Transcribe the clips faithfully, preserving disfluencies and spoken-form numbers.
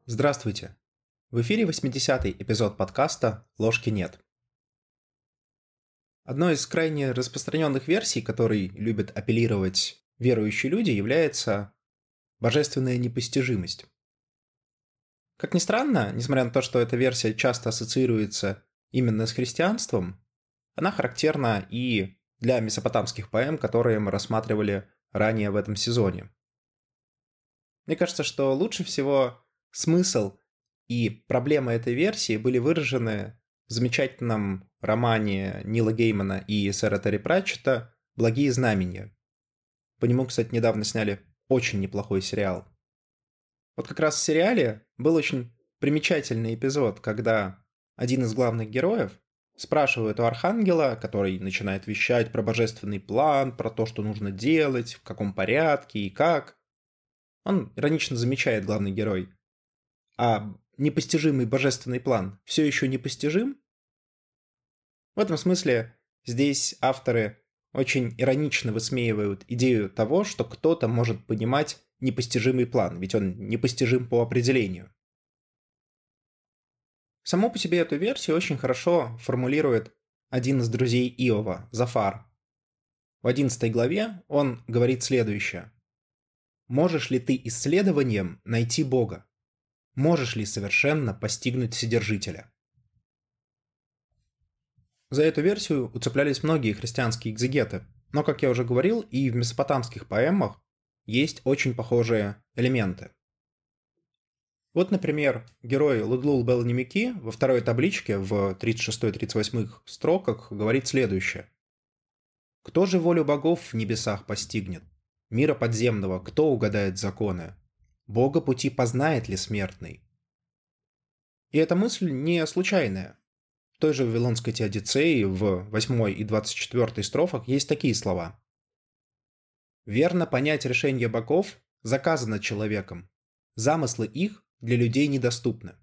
Здравствуйте! В эфире восьмидесятый эпизод подкаста «Ложки нет». Одной из крайне распространенных версий, которой любят апеллировать верующие люди, является божественная непостижимость. Как ни странно, несмотря на то, что эта версия часто ассоциируется именно с христианством, она характерна и для месопотамских поэм, которые мы рассматривали ранее в этом сезоне. Мне кажется, что лучше всего смысл и проблемы этой версии были выражены в замечательном романе Нила Геймана и сэра Терри Пратчетта «Благие знамения». По нему, кстати, недавно сняли очень неплохой сериал. Вот как раз в сериале был очень примечательный эпизод, когда один из главных героев спрашивает у Архангела, который начинает вещать про божественный план, про то, что нужно делать, в каком порядке и как. Он иронично замечает, главный герой: а непостижимый божественный план все еще непостижим? В этом смысле здесь авторы очень иронично высмеивают идею того, что кто-то может понимать непостижимый план, ведь он непостижим по определению. Саму по себе эту версию очень хорошо формулирует один из друзей Иова, Зафар. В одиннадцатой главе он говорит следующее: «Можешь ли ты исследованием найти Бога? Можешь ли совершенно постигнуть Вседержителя?» За эту версию уцеплялись многие христианские экзегеты, но, как я уже говорил, и в месопотамских поэмах есть очень похожие элементы. Вот, например, герой Лудлул Бел-Немики во второй табличке в тридцать шестой тридцать восьмой строках говорит следующее: «Кто же волю богов в небесах постигнет? Мира подземного кто угадает законы? Бога пути познает ли смертный?» И эта мысль не случайная. В той же Вавилонской Теодицее в восьмой и двадцать четвёртой строфах есть такие слова: «Верно понять решение богов заказано человеком, замыслы их для людей недоступны».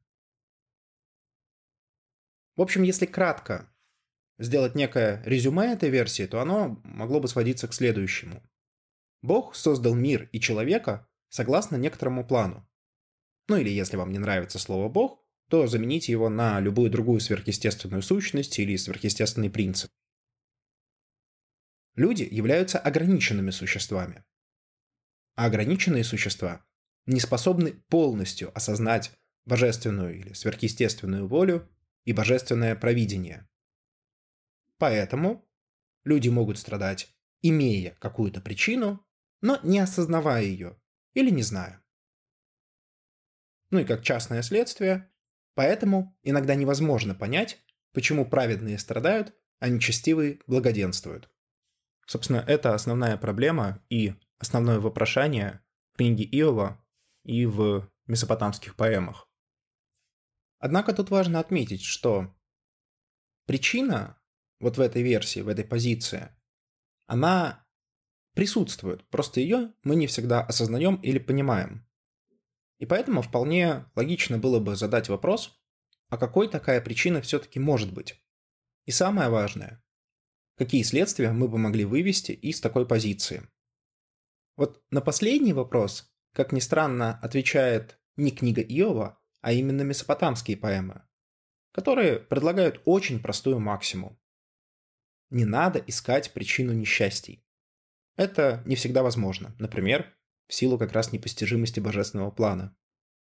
В общем, если кратко сделать некое резюме этой версии, то оно могло бы сводиться к следующему. Бог создал мир и человека согласно некоторому плану. Ну или, если вам не нравится слово «бог», то замените его на любую другую сверхъестественную сущность или сверхъестественный принцип. Люди являются ограниченными существами. А ограниченные существа не способны полностью осознать божественную или сверхъестественную волю и божественное провидение. Поэтому люди могут страдать, имея какую-то причину, но не осознавая ее или не зная. Ну и как частное следствие, поэтому иногда невозможно понять, почему праведные страдают, а нечестивые благоденствуют. Собственно, это основная проблема и основное вопрошание в книге Иова и в месопотамских поэмах. Однако тут важно отметить, что причина вот в этой версии, в этой позиции, она присутствует, просто ее мы не всегда осознаем или понимаем. И поэтому вполне логично было бы задать вопрос, а какой такая причина все-таки может быть? И самое важное, какие следствия мы бы могли вывести из такой позиции? Вот на последний вопрос, как ни странно, отвечает не книга Иова, а именно месопотамские поэмы, которые предлагают очень простую максимум. Не надо искать причину несчастий. Это не всегда возможно, например, в силу как раз непостижимости божественного плана.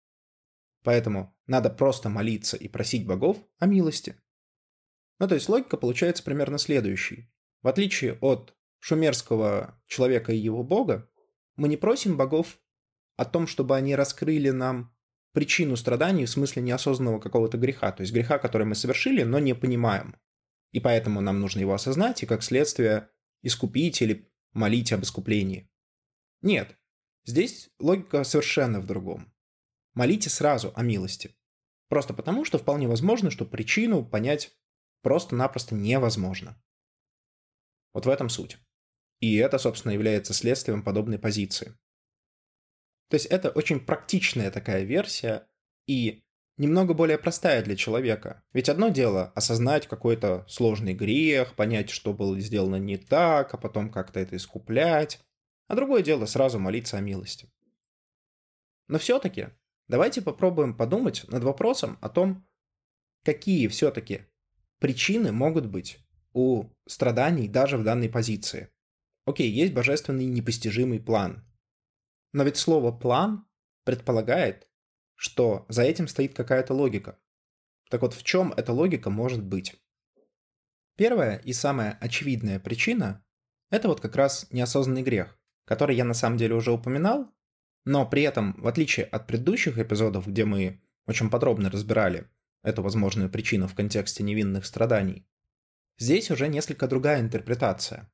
Поэтому надо просто молиться и просить богов о милости. Ну то есть логика получается примерно следующей. В отличие от шумерского человека и его бога, мы не просим богов о том, чтобы они раскрыли нам причину страданий в смысле неосознанного какого-то греха, то есть греха, который мы совершили, но не понимаем. И поэтому нам нужно его осознать и как следствие искупить или молить об искуплении. Нет, здесь логика совершенно в другом. Молите сразу о милости. Просто потому, что вполне возможно, что причину понять просто-напросто невозможно. Вот в этом суть. И это, собственно, является следствием подобной позиции. То есть это очень практичная такая версия и немного более простая для человека. Ведь одно дело осознать какой-то сложный грех, понять, что было сделано не так, а потом как-то это искуплять. А другое дело сразу молиться о милости. Но все-таки Давайте попробуем подумать над вопросом о том, какие все-таки причины могут быть у страданий даже в данной позиции. Окей, есть божественный непостижимый план. Но ведь слово «план» предполагает, что за этим стоит какая-то логика. Так вот, в чем эта логика может быть? Первая и самая очевидная причина – это вот как раз неосознанный грех, который я на самом деле уже упоминал, но при этом, в отличие от предыдущих эпизодов, где мы очень подробно разбирали эту возможную причину в контексте невинных страданий, здесь уже несколько другая интерпретация.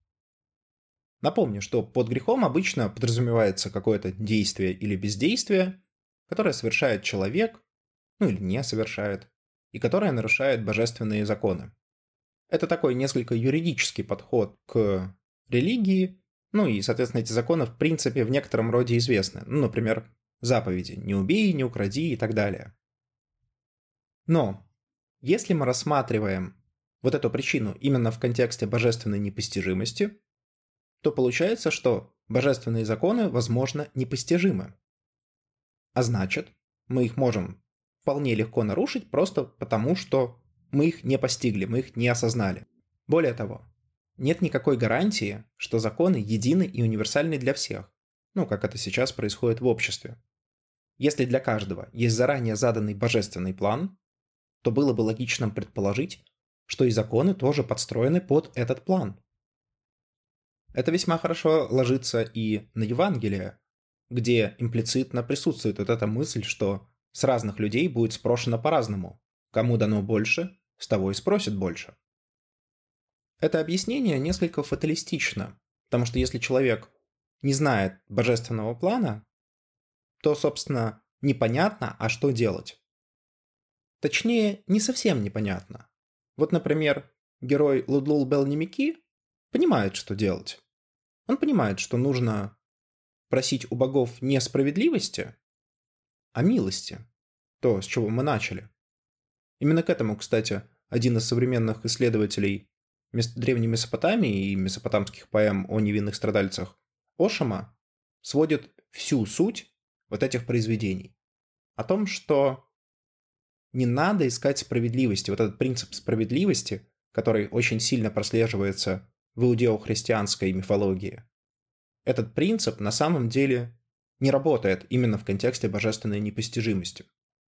Напомню, что под грехом обычно подразумевается какое-то действие или бездействие, которое совершает человек, ну или не совершает, и которое нарушает божественные законы. Это такой несколько юридический подход к религии, ну и, соответственно, эти законы в принципе в некотором роде известны. Ну, например, заповеди «не убей», «не укради» и так далее. Но если мы рассматриваем вот эту причину именно в контексте божественной непостижимости, то получается, что божественные законы, возможно, непостижимы. А значит, мы их можем вполне легко нарушить просто потому, что мы их не постигли, мы их не осознали. Более того, нет никакой гарантии, что законы едины и универсальны для всех, ну, как это сейчас происходит в обществе. Если для каждого есть заранее заданный божественный план, то было бы логичным предположить, что и законы тоже подстроены под этот план. Это весьма хорошо ложится и на Евангелие, где имплицитно присутствует вот эта мысль, что с разных людей будет спрошено по-разному. Кому дано больше, с того и спросят больше. Это объяснение несколько фаталистично, потому что если человек не знает божественного плана, то, собственно, непонятно, а что делать. Точнее, не совсем непонятно. Вот, например, герой Лудлул Белнимики понимает, что делать. Он понимает, что нужно просить у богов не справедливости, а милости. То, с чего мы начали. Именно к этому, кстати, один из современных исследователей Древней Месопотамии и месопотамских поэм о невинных страдальцах Ошама сводит всю суть вот этих произведений. О том, что не надо искать справедливости. Вот этот принцип справедливости, который очень сильно прослеживается в иудео-христианской мифологии, этот принцип на самом деле не работает именно в контексте божественной непостижимости.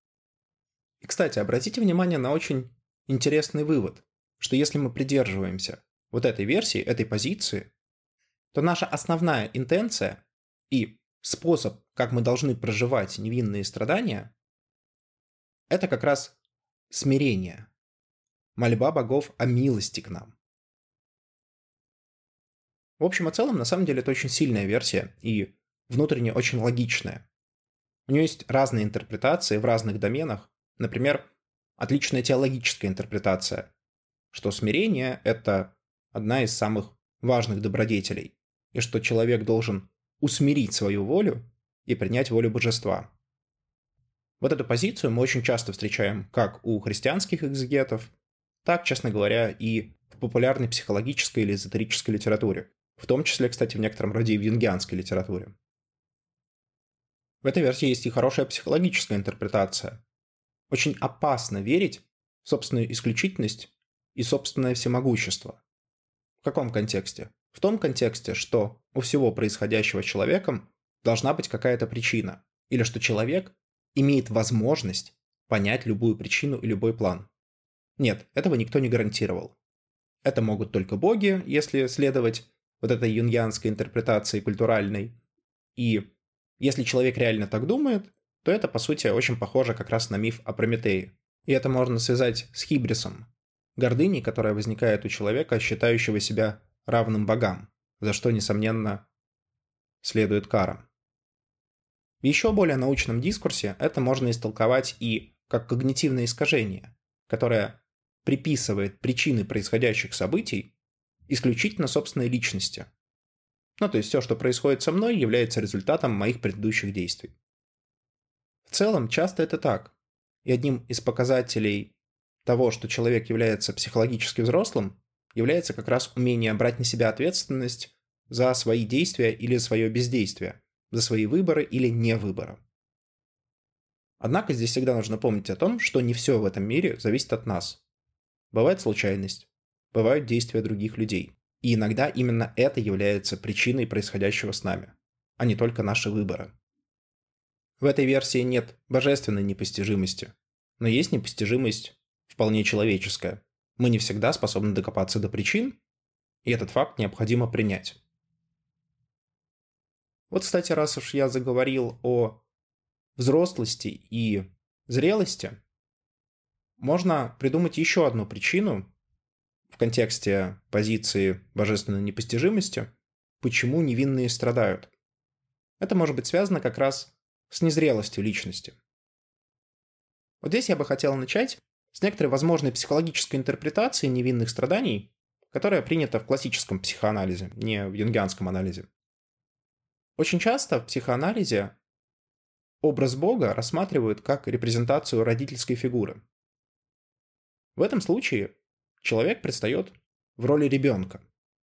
И, кстати, обратите внимание на очень интересный вывод, что если мы придерживаемся вот этой версии, этой позиции, то наша основная интенция и способ, как мы должны проживать невинные страдания, это как раз смирение, мольба богов о милости к нам. В общем и целом, на самом деле, это очень сильная версия и внутренне очень логичная. У нее есть разные интерпретации в разных доменах. Например, отличная теологическая интерпретация, что смирение – это одна из самых важных добродетелей, и что человек должен усмирить свою волю и принять волю божества. Вот эту позицию мы очень часто встречаем как у христианских экзегетов, так, честно говоря, и в популярной психологической или эзотерической литературе, в том числе, кстати, в некотором роде и в юнгианской литературе. В этой версии есть и хорошая психологическая интерпретация. Очень опасно верить в собственную исключительность и собственное всемогущество. В каком контексте? В том контексте, что у всего происходящего с человеком должна быть какая-то причина, или что человек имеет возможность понять любую причину и любой план. Нет, этого никто не гарантировал. Это могут только боги, если следовать вот этой юнгианской интерпретации культуральной. И если человек реально так думает, то это, по сути, очень похоже как раз на миф о Прометее. И это можно связать с хибрисом, гордыней, которая возникает у человека, считающего себя равным богам, за что, несомненно, следует кара. В еще более научном дискурсе это можно истолковать и как когнитивное искажение, которое приписывает причины происходящих событий исключительно собственной личности. Ну, то есть все, что происходит со мной, является результатом моих предыдущих действий. В целом, часто это так. И одним из показателей того, что человек является психологически взрослым, является как раз умение брать на себя ответственность за свои действия или свое бездействие, за свои выборы или невыборы. Однако здесь всегда нужно помнить о том, что не все в этом мире зависит от нас. Бывает случайность, бывают действия других людей. И иногда именно это является причиной происходящего с нами, а не только наши выборы. В этой версии нет божественной непостижимости, но есть непостижимость вполне человеческая. Мы не всегда способны докопаться до причин, и этот факт необходимо принять. Вот, кстати, раз уж я заговорил о взрослости и зрелости, можно придумать еще одну причину в контексте позиции божественной непостижимости, почему невинные страдают. Это может быть связано как раз с незрелостью личности. Вот здесь я бы хотел начать с некоторой возможной психологической интерпретации невинных страданий, которая принята в классическом психоанализе, не в юнгианском анализе. Очень часто в психоанализе образ Бога рассматривают как репрезентацию родительской фигуры. В этом случае человек предстает в роли ребенка.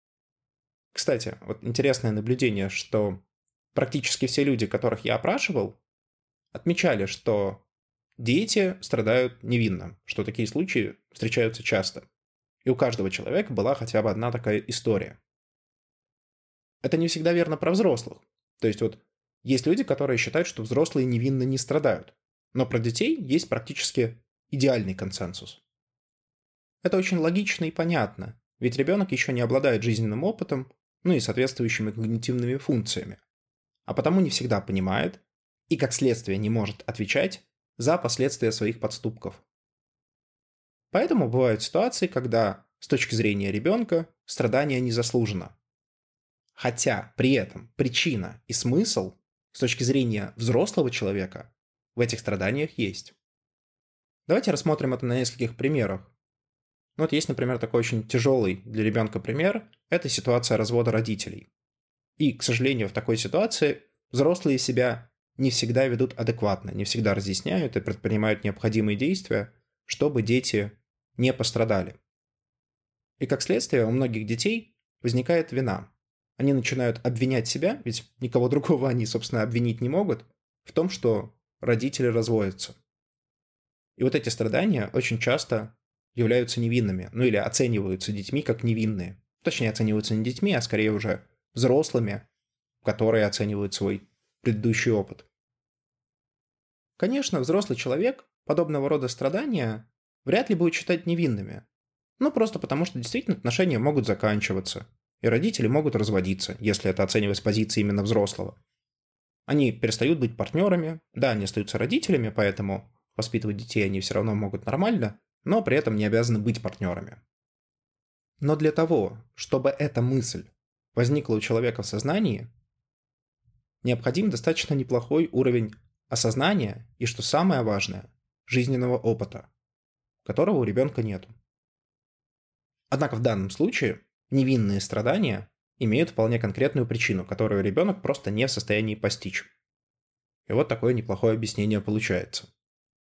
Кстати, вот интересное наблюдение, что практически все люди, которых я опрашивал, отмечали, что дети страдают невинно, что такие случаи встречаются часто. И у каждого человека была хотя бы одна такая история. Это не всегда верно про взрослых. То есть вот есть люди, которые считают, что взрослые невинно не страдают. Но про детей есть практически идеальный консенсус. Это очень логично и понятно, ведь ребенок еще не обладает жизненным опытом, ну и соответствующими когнитивными функциями, а потому не всегда понимает и, как следствие, не может отвечать за последствия своих подступков. Поэтому бывают ситуации, когда с точки зрения ребенка страдание незаслуженно. Хотя при этом причина и смысл с точки зрения взрослого человека в этих страданиях есть. Давайте рассмотрим это на нескольких примерах. Вот есть, например, такой очень тяжелый для ребенка пример – это ситуация развода родителей. И, к сожалению, в такой ситуации взрослые себя не всегда ведут адекватно, не всегда разъясняют и предпринимают необходимые действия, чтобы дети не пострадали. И, как следствие, у многих детей возникает вина. Они начинают обвинять себя, ведь никого другого они, собственно, обвинить не могут, в том, что родители разводятся. И вот эти страдания очень часто являются невинными, ну или оцениваются детьми как невинные. Точнее, оцениваются не детьми, а скорее уже взрослыми, которые оценивают свой предыдущий опыт. Конечно, взрослый человек подобного рода страдания вряд ли будет считать невинными. Ну, просто потому, что действительно отношения могут заканчиваться, и родители могут разводиться, если это оценивать с позиции именно взрослого. Они перестают быть партнерами, да, они остаются родителями, поэтому воспитывать детей они все равно могут нормально, но при этом не обязаны быть партнерами. Но для того, чтобы эта мысль возникла у человека в сознании, необходим достаточно неплохой уровень осознания и, что самое важное, жизненного опыта, которого у ребенка нету. Однако в данном случае невинные страдания имеют вполне конкретную причину, которую ребенок просто не в состоянии постичь. И вот такое неплохое объяснение получается.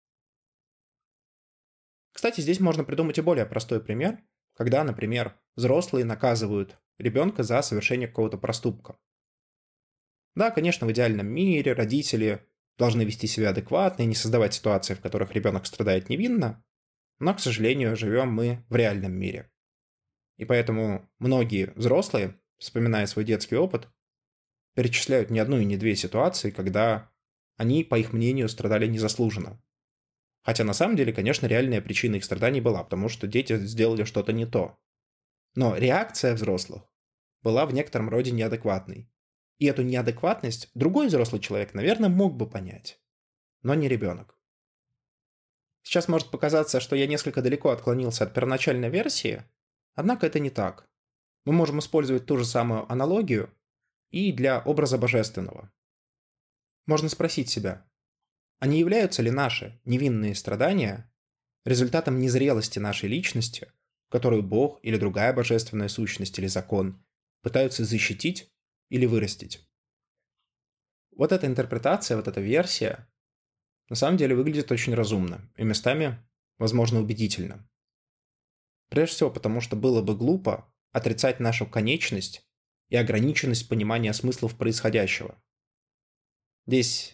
Кстати, здесь можно придумать и более простой пример, когда, например, взрослые наказывают ребенка за совершение какого-то проступка. Да, конечно, в идеальном мире родители должны вести себя адекватно и не создавать ситуации, в которых ребенок страдает невинно, но, к сожалению, живем мы в реальном мире. И поэтому многие взрослые, вспоминая свой детский опыт, перечисляют не одну и не две ситуации, когда они, по их мнению, страдали незаслуженно. Хотя на самом деле, конечно, реальная причина их страданий была, потому что дети сделали что-то не то. Но реакция взрослых была в некотором роде неадекватной. И эту неадекватность другой взрослый человек, наверное, мог бы понять, но не ребенок. Сейчас может показаться, что я несколько далеко отклонился от первоначальной версии, однако это не так. Мы можем использовать ту же самую аналогию и для образа божественного. Можно спросить себя, а не являются ли наши невинные страдания результатом незрелости нашей личности, которую Бог или другая божественная сущность или закон пытаются защитить или вырастить? Вот эта интерпретация, вот эта версия на самом деле выглядит очень разумно и местами, возможно, убедительно. Прежде всего потому, что было бы глупо отрицать нашу конечность и ограниченность понимания смыслов происходящего. Здесь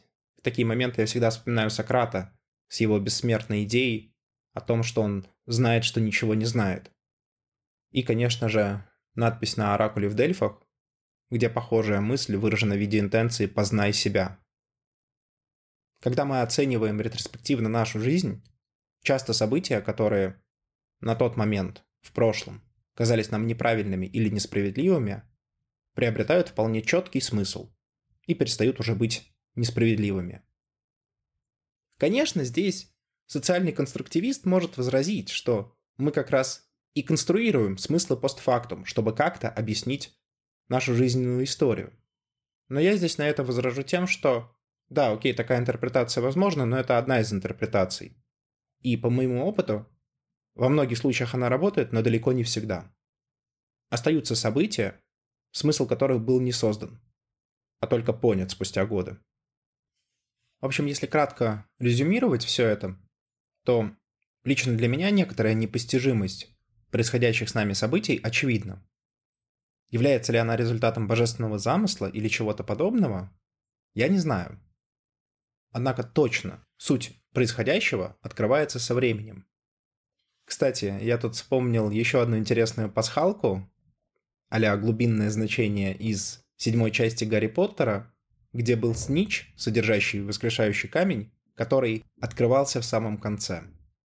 такие моменты я всегда вспоминаю Сократа с его бессмертной идеей о том, что он знает, что ничего не знает. И, конечно же, надпись на оракуле в Дельфах, где похожая мысль выражена в виде интенции «познай себя». Когда мы оцениваем ретроспективно нашу жизнь, часто события, которые на тот момент, в прошлом, казались нам неправильными или несправедливыми, приобретают вполне четкий смысл и перестают уже быть несправедливыми. Конечно, здесь социальный конструктивист может возразить, что мы как раз и конструируем смыслы постфактум, чтобы как-то объяснить нашу жизненную историю. Но я здесь на это возражу тем, что да, окей, такая интерпретация возможна, но это одна из интерпретаций. И по моему опыту, во многих случаях она работает, но далеко не всегда. Остаются события, смысл которых был не создан, а только понят спустя годы. В общем, если кратко резюмировать все это, то лично для меня некоторая непостижимость происходящих с нами событий очевидна. Является ли она результатом божественного замысла или чего-то подобного, я не знаю. Однако точно суть происходящего открывается со временем. Кстати, я тут вспомнил еще одну интересную пасхалку, а-ля глубинное значение из седьмой части Гарри Поттера, где был снитч, содержащий воскрешающий камень, который открывался в самом конце.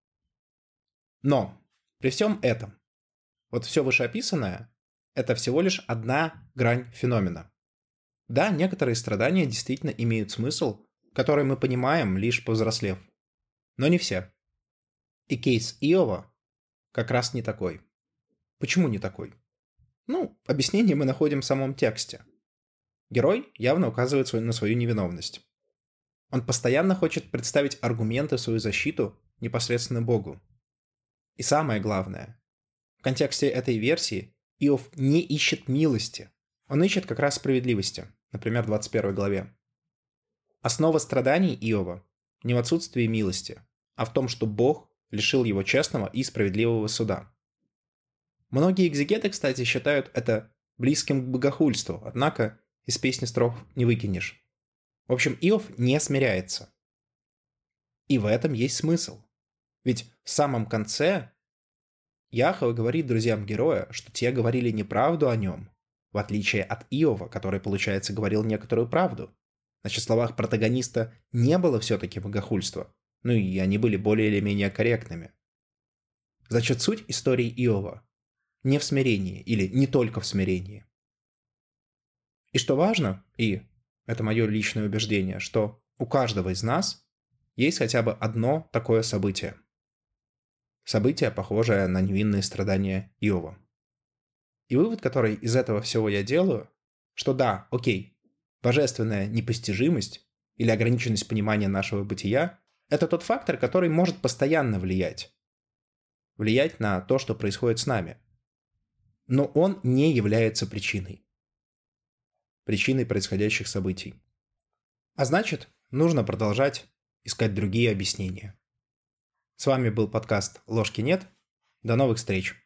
Но при всем этом, вот все вышеописанное – это всего лишь одна грань феномена. Да, некоторые страдания действительно имеют смысл, который мы понимаем, лишь повзрослев. Но не все. И кейс Иова как раз не такой. Почему не такой? Ну, объяснение мы находим в самом тексте. Герой явно указывает на свою невиновность. Он постоянно хочет представить аргументы в свою защиту непосредственно Богу. И самое главное, в контексте этой версии Иов не ищет милости. Он ищет как раз справедливости. Например, в двадцать первой главе. Основа страданий Иова не в отсутствии милости, а в том, что Бог лишил его честного и справедливого суда. Многие экзегеты, кстати, считают это близким к богохульству, однако из песни строк не выкинешь. В общем, Иов не смиряется. И в этом есть смысл. Ведь в самом конце Яхве говорит друзьям героя, что те говорили неправду о нем, в отличие от Иова, который, получается, говорил некоторую правду. Значит, в словах протагониста не было все-таки богохульства, ну и они были более или менее корректными. Значит, суть истории Иова не в смирении или не только в смирении. И что важно, и это мое личное убеждение, что у каждого из нас есть хотя бы одно такое событие. Событие, похожее на невинные страдания Иова. И вывод, который из этого всего я делаю, что да, окей, божественная непостижимость или ограниченность понимания нашего бытия – это тот фактор, который может постоянно влиять. Влиять на то, что происходит с нами. Но он не является причиной. Причиной происходящих событий. А значит, нужно продолжать искать другие объяснения. С вами был подкаст «Ложки нет». До новых встреч!